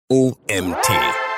OMT.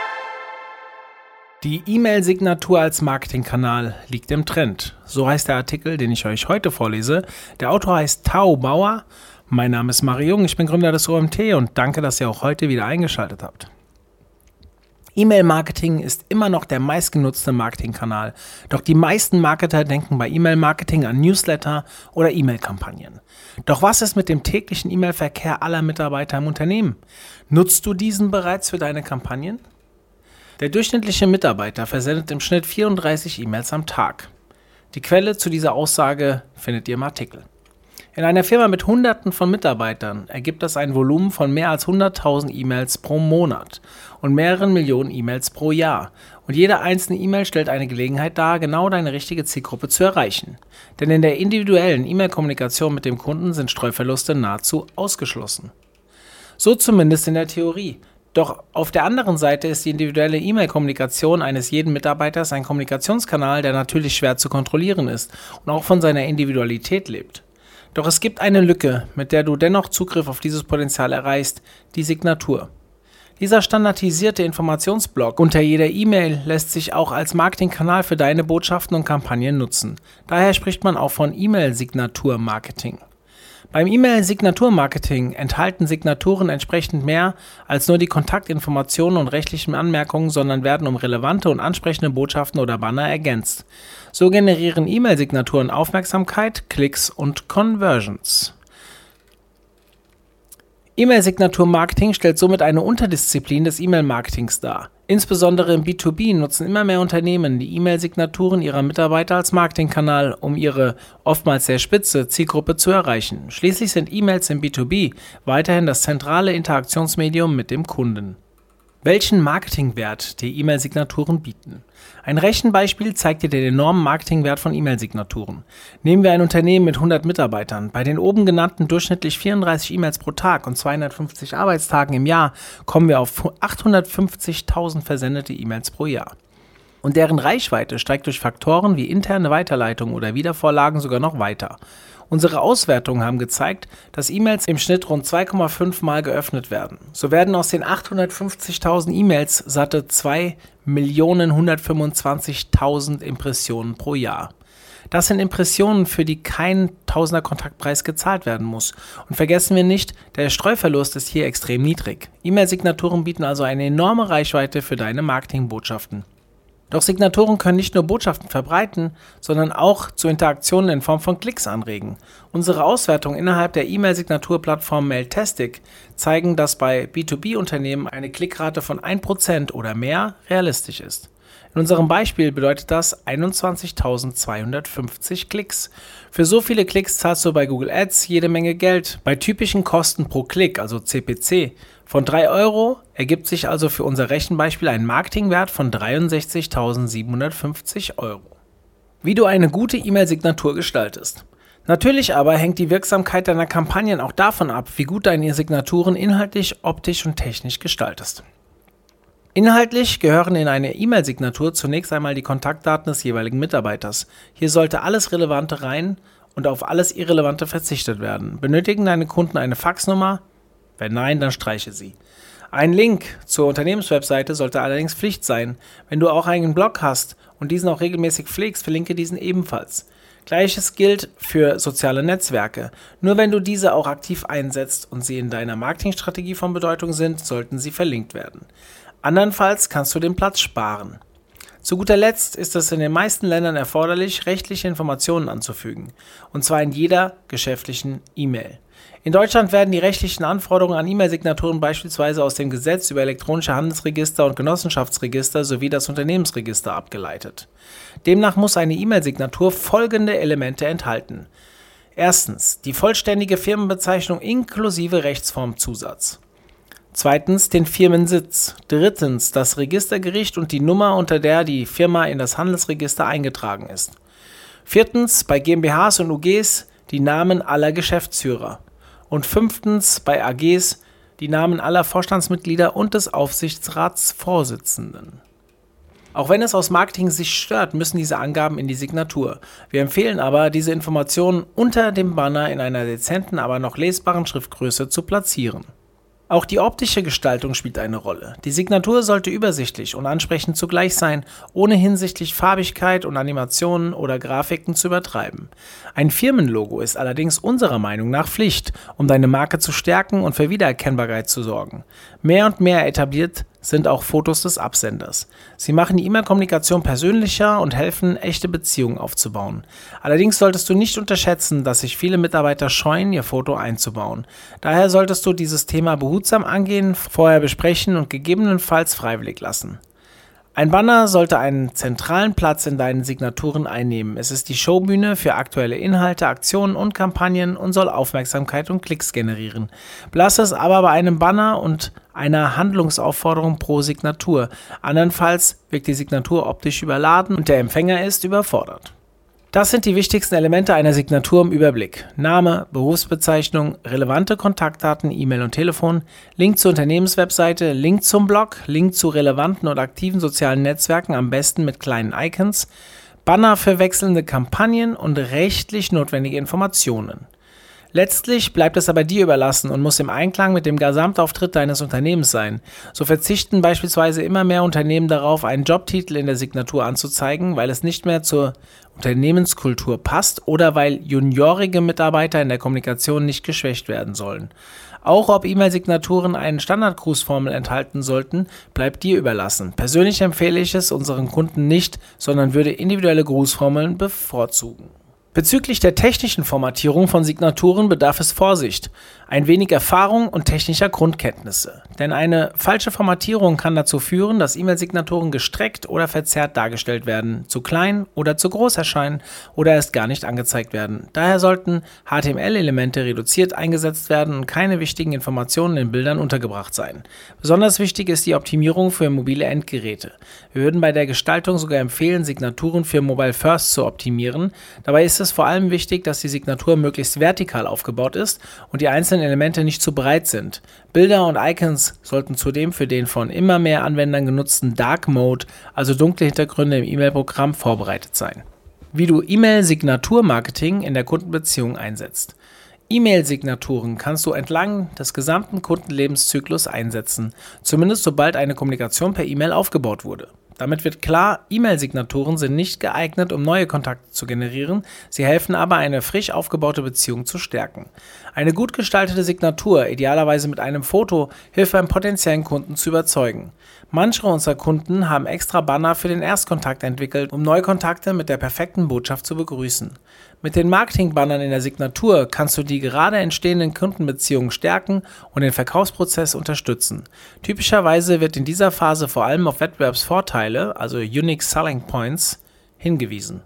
Die E-Mail-Signatur als Marketingkanal liegt im Trend. So heißt der Artikel, den ich euch heute vorlese. Der Autor heißt Tao Bauer. Mein Name ist Mario Jung, ich bin Gründer des OMT und danke, dass ihr auch heute wieder eingeschaltet habt. E-Mail-Marketing ist immer noch der meistgenutzte Marketingkanal. Doch die meisten Marketer denken bei E-Mail-Marketing an Newsletter oder E-Mail-Kampagnen. Doch was ist mit dem täglichen E-Mail-Verkehr aller Mitarbeiter im Unternehmen? Nutzt du diesen bereits für deine Kampagnen? Der durchschnittliche Mitarbeiter versendet im Schnitt 34 E-Mails am Tag. Die Quelle zu dieser Aussage findet ihr im Artikel. In einer Firma mit Hunderten von Mitarbeitern ergibt das ein Volumen von mehr als 100.000 E-Mails pro Monat und mehreren Millionen E-Mails pro Jahr. Und jede einzelne E-Mail stellt eine Gelegenheit dar, genau deine richtige Zielgruppe zu erreichen. Denn in der individuellen E-Mail-Kommunikation mit dem Kunden sind Streuverluste nahezu ausgeschlossen. So zumindest in der Theorie. Doch auf der anderen Seite ist die individuelle E-Mail-Kommunikation eines jeden Mitarbeiters ein Kommunikationskanal, der natürlich schwer zu kontrollieren ist und auch von seiner Individualität lebt. Doch es gibt eine Lücke, mit der du dennoch Zugriff auf dieses Potenzial erreichst, die Signatur. Dieser standardisierte Informationsblock unter jeder E-Mail lässt sich auch als Marketingkanal für deine Botschaften und Kampagnen nutzen. Daher spricht man auch von E-Mail-Signatur-Marketing. Beim E-Mail-Signatur-Marketing enthalten Signaturen entsprechend mehr als nur die Kontaktinformationen und rechtlichen Anmerkungen, sondern werden um relevante und ansprechende Botschaften oder Banner ergänzt. So generieren E-Mail-Signaturen Aufmerksamkeit, Klicks und Conversions. E-Mail-Signatur-Marketing stellt somit eine Unterdisziplin des E-Mail-Marketings dar. Insbesondere im B2B nutzen immer mehr Unternehmen die E-Mail-Signaturen ihrer Mitarbeiter als Marketingkanal, um ihre oftmals sehr spitze Zielgruppe zu erreichen. Schließlich sind E-Mails im B2B weiterhin das zentrale Interaktionsmedium mit dem Kunden. Welchen Marketingwert die E-Mail-Signaturen bieten? Ein Rechenbeispiel zeigt dir den enormen Marketingwert von E-Mail-Signaturen. Nehmen wir ein Unternehmen mit 100 Mitarbeitern. Bei den oben genannten durchschnittlich 34 E-Mails pro Tag und 250 Arbeitstagen im Jahr kommen wir auf 850.000 versendete E-Mails pro Jahr. Und deren Reichweite steigt durch Faktoren wie interne Weiterleitung oder Wiedervorlagen sogar noch weiter. Unsere Auswertungen haben gezeigt, dass E-Mails im Schnitt rund 2,5 Mal geöffnet werden. So werden aus den 850.000 E-Mails satte 2.125.000 Impressionen pro Jahr. Das sind Impressionen, für die kein Tausender Kontaktpreis gezahlt werden muss. Und vergessen wir nicht, der Streuverlust ist hier extrem niedrig. E-Mail-Signaturen bieten also eine enorme Reichweite für deine Marketingbotschaften. Doch Signaturen können nicht nur Botschaften verbreiten, sondern auch zu Interaktionen in Form von Klicks anregen. Unsere Auswertungen innerhalb der E-Mail-Signaturplattform Mailtastic zeigen, dass bei B2B-Unternehmen eine Klickrate von 1% oder mehr realistisch ist. In unserem Beispiel bedeutet das 21.250 Klicks. Für so viele Klicks zahlst du bei Google Ads jede Menge Geld. Bei typischen Kosten pro Klick, also CPC, von 3 Euro ergibt sich also für unser Rechenbeispiel ein Marketingwert von 63.750 Euro. Wie du eine gute E-Mail-Signatur gestaltest. Natürlich aber hängt die Wirksamkeit deiner Kampagnen auch davon ab, wie gut deine Signaturen inhaltlich, optisch und technisch gestaltest. Inhaltlich gehören in eine E-Mail-Signatur zunächst einmal die Kontaktdaten des jeweiligen Mitarbeiters. Hier sollte alles Relevante rein und auf alles Irrelevante verzichtet werden. Benötigen deine Kunden eine Faxnummer? Wenn nein, dann streiche sie. Ein Link zur Unternehmenswebseite sollte allerdings Pflicht sein. Wenn du auch einen Blog hast und diesen auch regelmäßig pflegst, verlinke diesen ebenfalls. Gleiches gilt für soziale Netzwerke. Nur wenn du diese auch aktiv einsetzt und sie in deiner Marketingstrategie von Bedeutung sind, sollten sie verlinkt werden. Andernfalls kannst du den Platz sparen. Zu guter Letzt ist es in den meisten Ländern erforderlich, rechtliche Informationen anzufügen. Und zwar in jeder geschäftlichen E-Mail. In Deutschland werden die rechtlichen Anforderungen an E-Mail-Signaturen beispielsweise aus dem Gesetz über elektronische Handelsregister und Genossenschaftsregister sowie das Unternehmensregister abgeleitet. Demnach muss eine E-Mail-Signatur folgende Elemente enthalten. Erstens, die vollständige Firmenbezeichnung inklusive Rechtsformzusatz. Zweitens, den Firmensitz. Drittens, das Registergericht und die Nummer, unter der die Firma in das Handelsregister eingetragen ist. Viertens, bei GmbHs und UGs die Namen aller Geschäftsführer. Und fünftens, bei AGs die Namen aller Vorstandsmitglieder und des Aufsichtsratsvorsitzenden. Auch wenn es aus Marketing-Sicht stört, müssen diese Angaben in die Signatur. Wir empfehlen aber, diese Informationen unter dem Banner in einer dezenten, aber noch lesbaren Schriftgröße zu platzieren. Auch die optische Gestaltung spielt eine Rolle. Die Signatur sollte übersichtlich und ansprechend zugleich sein, ohne hinsichtlich Farbigkeit und Animationen oder Grafiken zu übertreiben. Ein Firmenlogo ist allerdings unserer Meinung nach Pflicht, um deine Marke zu stärken und für Wiedererkennbarkeit zu sorgen. Mehr und mehr etabliert sind auch Fotos des Absenders. Sie machen die E-Mail-Kommunikation persönlicher und helfen, echte Beziehungen aufzubauen. Allerdings solltest du nicht unterschätzen, dass sich viele Mitarbeiter scheuen, ihr Foto einzubauen. Daher solltest du dieses Thema behutsam angehen, vorher besprechen und gegebenenfalls freiwillig lassen. Ein Banner sollte einen zentralen Platz in deinen Signaturen einnehmen. Es ist die Showbühne für aktuelle Inhalte, Aktionen und Kampagnen und soll Aufmerksamkeit und Klicks generieren. Belasse es aber bei einem Banner und einer Handlungsaufforderung pro Signatur. Andernfalls wirkt die Signatur optisch überladen und der Empfänger ist überfordert. Das sind die wichtigsten Elemente einer Signatur im Überblick: Name, Berufsbezeichnung, relevante Kontaktdaten, E-Mail und Telefon, Link zur Unternehmenswebseite, Link zum Blog, Link zu relevanten und aktiven sozialen Netzwerken, am besten mit kleinen Icons, Banner für wechselnde Kampagnen und rechtlich notwendige Informationen. Letztlich bleibt es aber dir überlassen und muss im Einklang mit dem Gesamtauftritt deines Unternehmens sein. So verzichten beispielsweise immer mehr Unternehmen darauf, einen Jobtitel in der Signatur anzuzeigen, weil es nicht mehr zur Unternehmenskultur passt oder weil juniorige Mitarbeiter in der Kommunikation nicht geschwächt werden sollen. Auch ob E-Mail-Signaturen einen Standardgrußformel enthalten sollten, bleibt dir überlassen. Persönlich empfehle ich es unseren Kunden nicht, sondern würde individuelle Grußformeln bevorzugen. Bezüglich der technischen Formatierung von Signaturen bedarf es Vorsicht, ein wenig Erfahrung und technischer Grundkenntnisse. Denn eine falsche Formatierung kann dazu führen, dass E-Mail-Signaturen gestreckt oder verzerrt dargestellt werden, zu klein oder zu groß erscheinen oder erst gar nicht angezeigt werden. Daher sollten HTML-Elemente reduziert eingesetzt werden und keine wichtigen Informationen in Bildern untergebracht sein. Besonders wichtig ist die Optimierung für mobile Endgeräte. Wir würden bei der Gestaltung sogar empfehlen, Signaturen für Mobile First zu optimieren. Dabei ist es vor allem wichtig, dass die Signatur möglichst vertikal aufgebaut ist und die einzelnen Elemente nicht zu breit sind. Bilder und Icons sollten zudem für den von immer mehr Anwendern genutzten Dark Mode, also dunkle Hintergründe im E-Mail-Programm, vorbereitet sein. Wie du E-Mail-Signatur-Marketing in der Kundenbeziehung einsetzt. E-Mail-Signaturen kannst du entlang des gesamten Kundenlebenszyklus einsetzen, zumindest sobald eine Kommunikation per E-Mail aufgebaut wurde. Damit wird klar, E-Mail-Signaturen sind nicht geeignet, um neue Kontakte zu generieren, sie helfen aber, eine frisch aufgebaute Beziehung zu stärken. Eine gut gestaltete Signatur, idealerweise mit einem Foto, hilft beim potenziellen Kunden zu überzeugen. Manche unserer Kunden haben extra Banner für den Erstkontakt entwickelt, um Neukontakte mit der perfekten Botschaft zu begrüßen. Mit den Marketing-Bannern in der Signatur kannst du die gerade entstehenden Kundenbeziehungen stärken und den Verkaufsprozess unterstützen. Typischerweise wird in dieser Phase vor allem auf Wettbewerbsvorteile, also Unique Selling Points, hingewiesen.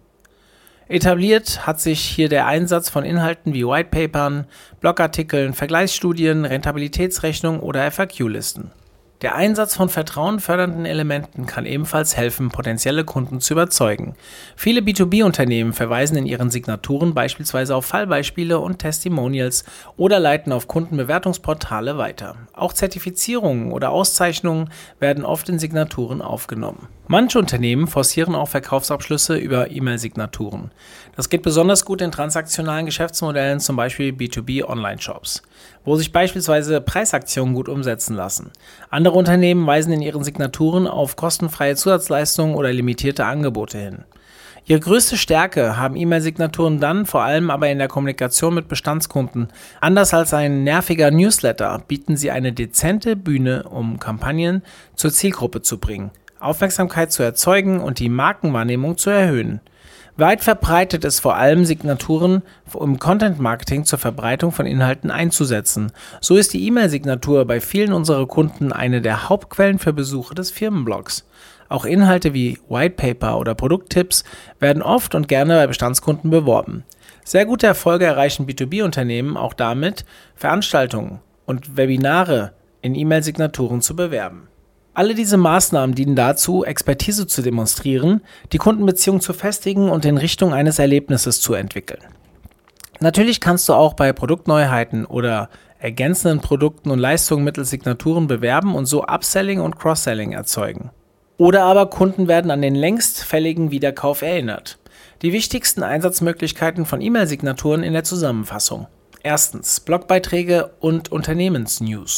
Etabliert hat sich hier der Einsatz von Inhalten wie Whitepapern, Blogartikeln, Vergleichsstudien, Rentabilitätsrechnungen oder FAQ-Listen. Der Einsatz von vertrauenfördernden Elementen kann ebenfalls helfen, potenzielle Kunden zu überzeugen. Viele B2B-Unternehmen verweisen in ihren Signaturen beispielsweise auf Fallbeispiele und Testimonials oder leiten auf Kundenbewertungsportale weiter. Auch Zertifizierungen oder Auszeichnungen werden oft in Signaturen aufgenommen. Manche Unternehmen forcieren auch Verkaufsabschlüsse über E-Mail-Signaturen. Das geht besonders gut in transaktionalen Geschäftsmodellen, zum Beispiel B2B-Online-Shops, wo sich beispielsweise Preisaktionen gut umsetzen lassen. Andere Unternehmen weisen in ihren Signaturen auf kostenfreie Zusatzleistungen oder limitierte Angebote hin. Ihre größte Stärke haben E-Mail-Signaturen dann vor allem aber in der Kommunikation mit Bestandskunden. Anders als ein nerviger Newsletter bieten sie eine dezente Bühne, um Kampagnen zur Zielgruppe zu bringen, Aufmerksamkeit zu erzeugen und die Markenwahrnehmung zu erhöhen. Weit verbreitet ist vor allem Signaturen im Content-Marketing zur Verbreitung von Inhalten einzusetzen. So ist die E-Mail-Signatur bei vielen unserer Kunden eine der Hauptquellen für Besuche des Firmenblogs. Auch Inhalte wie Whitepaper oder Produkttipps werden oft und gerne bei Bestandskunden beworben. Sehr gute Erfolge erreichen B2B-Unternehmen auch damit, Veranstaltungen und Webinare in E-Mail-Signaturen zu bewerben. Alle diese Maßnahmen dienen dazu, Expertise zu demonstrieren, die Kundenbeziehung zu festigen und in Richtung eines Erlebnisses zu entwickeln. Natürlich kannst du auch bei Produktneuheiten oder ergänzenden Produkten und Leistungen mittels Signaturen bewerben und so Upselling und Cross-Selling erzeugen. Oder aber Kunden werden an den längst fälligen Wiederkauf erinnert. Die wichtigsten Einsatzmöglichkeiten von E-Mail-Signaturen in der Zusammenfassung. Erstens, Blogbeiträge und Unternehmensnews.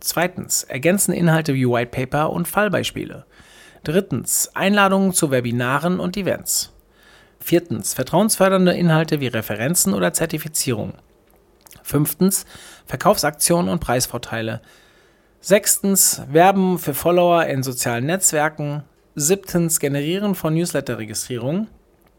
2. Ergänzende Inhalte wie White Paper und Fallbeispiele. 3. Einladungen zu Webinaren und Events. 4. Vertrauensfördernde Inhalte wie Referenzen oder Zertifizierung. 5. Verkaufsaktionen und Preisvorteile. 6. Werben für Follower in sozialen Netzwerken. 7. Generieren von Newsletter-Registrierungen.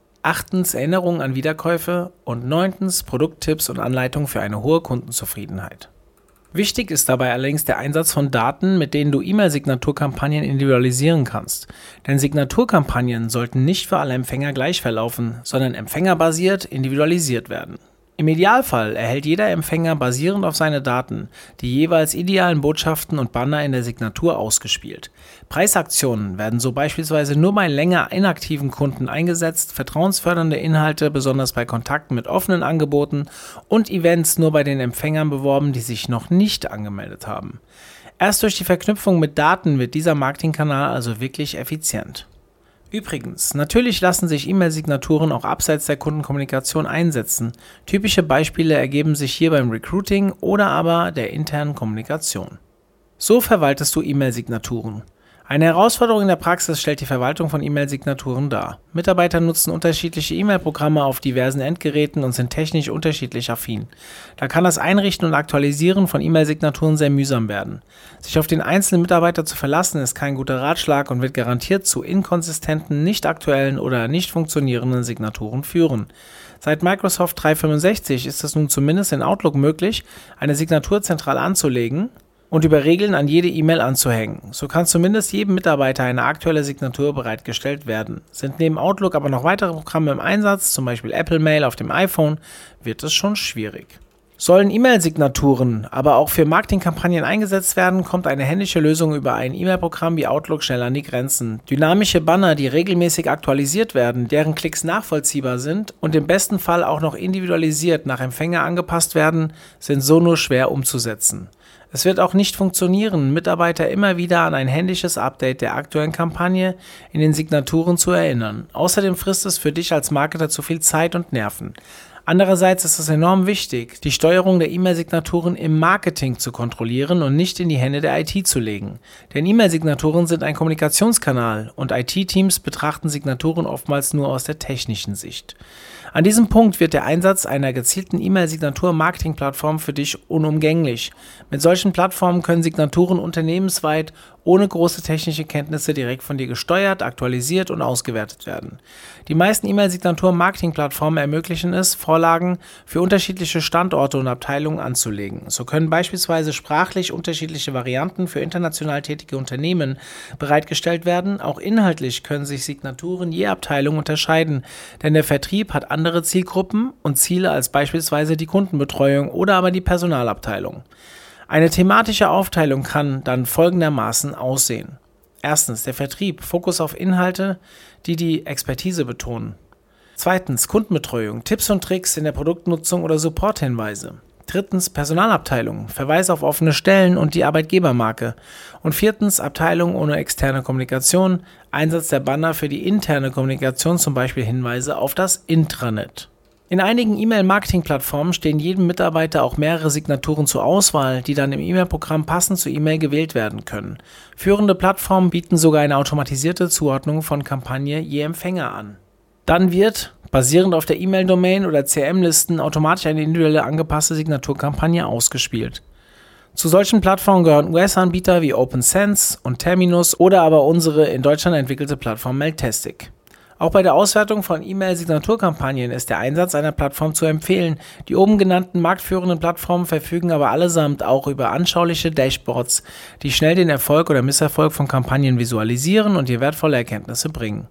8. Erinnerungen an Wiederkäufe. Und 9. Produkttipps und Anleitungen für eine hohe Kundenzufriedenheit. Wichtig ist dabei allerdings der Einsatz von Daten, mit denen du E-Mail-Signaturkampagnen individualisieren kannst. Denn Signaturkampagnen sollten nicht für alle Empfänger gleich verlaufen, sondern empfängerbasiert individualisiert werden. Im Idealfall erhält jeder Empfänger basierend auf seine Daten die jeweils idealen Botschaften und Banner in der Signatur ausgespielt. Preisaktionen werden so beispielsweise nur bei länger inaktiven Kunden eingesetzt, vertrauensfördernde Inhalte besonders bei Kontakten mit offenen Angeboten und Events nur bei den Empfängern beworben, die sich noch nicht angemeldet haben. Erst durch die Verknüpfung mit Daten wird dieser Marketingkanal also wirklich effizient. Übrigens, natürlich lassen sich E-Mail-Signaturen auch abseits der Kundenkommunikation einsetzen. Typische Beispiele ergeben sich hier beim Recruiting oder aber der internen Kommunikation. So verwaltest du E-Mail-Signaturen. Eine Herausforderung in der Praxis stellt die Verwaltung von E-Mail-Signaturen dar. Mitarbeiter nutzen unterschiedliche E-Mail-Programme auf diversen Endgeräten und sind technisch unterschiedlich affin. Da kann das Einrichten und Aktualisieren von E-Mail-Signaturen sehr mühsam werden. Sich auf den einzelnen Mitarbeiter zu verlassen, ist kein guter Ratschlag und wird garantiert zu inkonsistenten, nicht aktuellen oder nicht funktionierenden Signaturen führen. Seit Microsoft 365 ist es nun zumindest in Outlook möglich, eine Signatur zentral anzulegen und über Regeln an jede E-Mail anzuhängen. So kann zumindest jedem Mitarbeiter eine aktuelle Signatur bereitgestellt werden. Sind neben Outlook aber noch weitere Programme im Einsatz, zum Beispiel Apple Mail auf dem iPhone, wird es schon schwierig. Sollen E-Mail-Signaturen aber auch für Marketingkampagnen eingesetzt werden, kommt eine händische Lösung über ein E-Mail-Programm wie Outlook schnell an die Grenzen. Dynamische Banner, die regelmäßig aktualisiert werden, deren Klicks nachvollziehbar sind und im besten Fall auch noch individualisiert nach Empfänger angepasst werden, sind so nur schwer umzusetzen. Es wird auch nicht funktionieren, Mitarbeiter immer wieder an ein händisches Update der aktuellen Kampagne in den Signaturen zu erinnern. Außerdem frisst es für dich als Marketer zu viel Zeit und Nerven. Andererseits ist es enorm wichtig, die Steuerung der E-Mail-Signaturen im Marketing zu kontrollieren und nicht in die Hände der IT zu legen. Denn E-Mail-Signaturen sind ein Kommunikationskanal und IT-Teams betrachten Signaturen oftmals nur aus der technischen Sicht. An diesem Punkt wird der Einsatz einer gezielten E-Mail-Signatur-Marketing-Plattform für dich unumgänglich. Mit solchen Plattformen können Signaturen unternehmensweit ohne große technische Kenntnisse direkt von dir gesteuert, aktualisiert und ausgewertet werden. Die meisten E-Mail-Signatur-Marketing-Plattformen ermöglichen es, Vorlagen für unterschiedliche Standorte und Abteilungen anzulegen. So können beispielsweise sprachlich unterschiedliche Varianten für international tätige Unternehmen bereitgestellt werden. Auch inhaltlich können sich Signaturen je Abteilung unterscheiden, denn der Vertrieb hat andere Zielgruppen und Ziele als beispielsweise die Kundenbetreuung oder aber die Personalabteilung. Eine thematische Aufteilung kann dann folgendermaßen aussehen. Erstens, der Vertrieb, Fokus auf Inhalte, die die Expertise betonen. Zweitens, Kundenbetreuung, Tipps und Tricks in der Produktnutzung oder Supporthinweise. Drittens, Personalabteilung, Verweis auf offene Stellen und die Arbeitgebermarke. Und viertens, Abteilung ohne externe Kommunikation, Einsatz der Banner für die interne Kommunikation, zum Beispiel Hinweise auf das Intranet. In einigen E-Mail-Marketing-Plattformen stehen jedem Mitarbeiter auch mehrere Signaturen zur Auswahl, die dann im E-Mail-Programm passend zur E-Mail gewählt werden können. Führende Plattformen bieten sogar eine automatisierte Zuordnung von Kampagne je Empfänger an. Dann wird, basierend auf der E-Mail-Domain oder CRM-Listen, automatisch eine individuelle angepasste Signaturkampagne ausgespielt. Zu solchen Plattformen gehören US-Anbieter wie OpenSense und Terminus oder aber unsere in Deutschland entwickelte Plattform Mailtastic. Auch bei der Auswertung von E-Mail-Signaturkampagnen ist der Einsatz einer Plattform zu empfehlen. Die oben genannten marktführenden Plattformen verfügen aber allesamt auch über anschauliche Dashboards, die schnell den Erfolg oder Misserfolg von Kampagnen visualisieren und dir wertvolle Erkenntnisse bringen.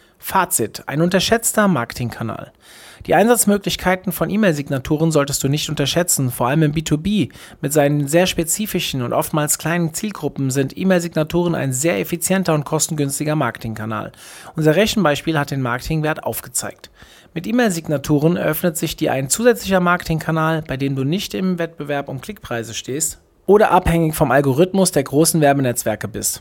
Fazit: Ein unterschätzter Marketingkanal. Die Einsatzmöglichkeiten von E-Mail-Signaturen solltest du nicht unterschätzen. Vor allem im B2B mit seinen sehr spezifischen und oftmals kleinen Zielgruppen sind E-Mail-Signaturen ein sehr effizienter und kostengünstiger Marketingkanal. Unser Rechenbeispiel hat den Marketingwert aufgezeigt. Mit E-Mail-Signaturen eröffnet sich dir ein zusätzlicher Marketingkanal, bei dem du nicht im Wettbewerb um Klickpreise stehst oder abhängig vom Algorithmus der großen Werbenetzwerke bist.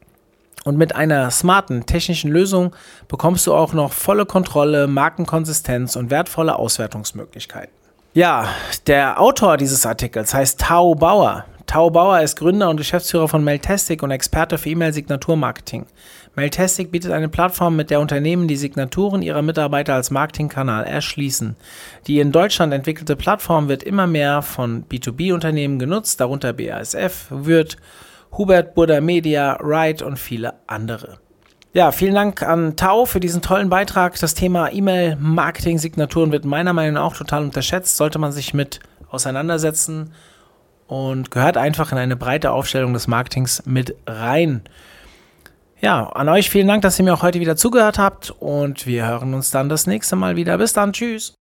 Und mit einer smarten technischen Lösung bekommst du auch noch volle Kontrolle, Markenkonsistenz und wertvolle Auswertungsmöglichkeiten. Ja, der Autor dieses Artikels heißt Tao Bauer. Tao Bauer ist Gründer und Geschäftsführer von Mailtastic und Experte für E-Mail-Signaturmarketing. Mailtastic bietet eine Plattform, mit der Unternehmen die Signaturen ihrer Mitarbeiter als Marketingkanal erschließen. Die in Deutschland entwickelte Plattform wird immer mehr von B2B-Unternehmen genutzt, darunter BASF, Würth, Hubert Burda Media, Wright und viele andere. Ja, vielen Dank an Tao für diesen tollen Beitrag. Das Thema E-Mail-Marketing-Signaturen wird meiner Meinung nach auch total unterschätzt, sollte man sich mit auseinandersetzen und gehört einfach in eine breite Aufstellung des Marketings mit rein. Ja, an euch vielen Dank, dass ihr mir auch heute wieder zugehört habt und wir hören uns dann das nächste Mal wieder. Bis dann, tschüss.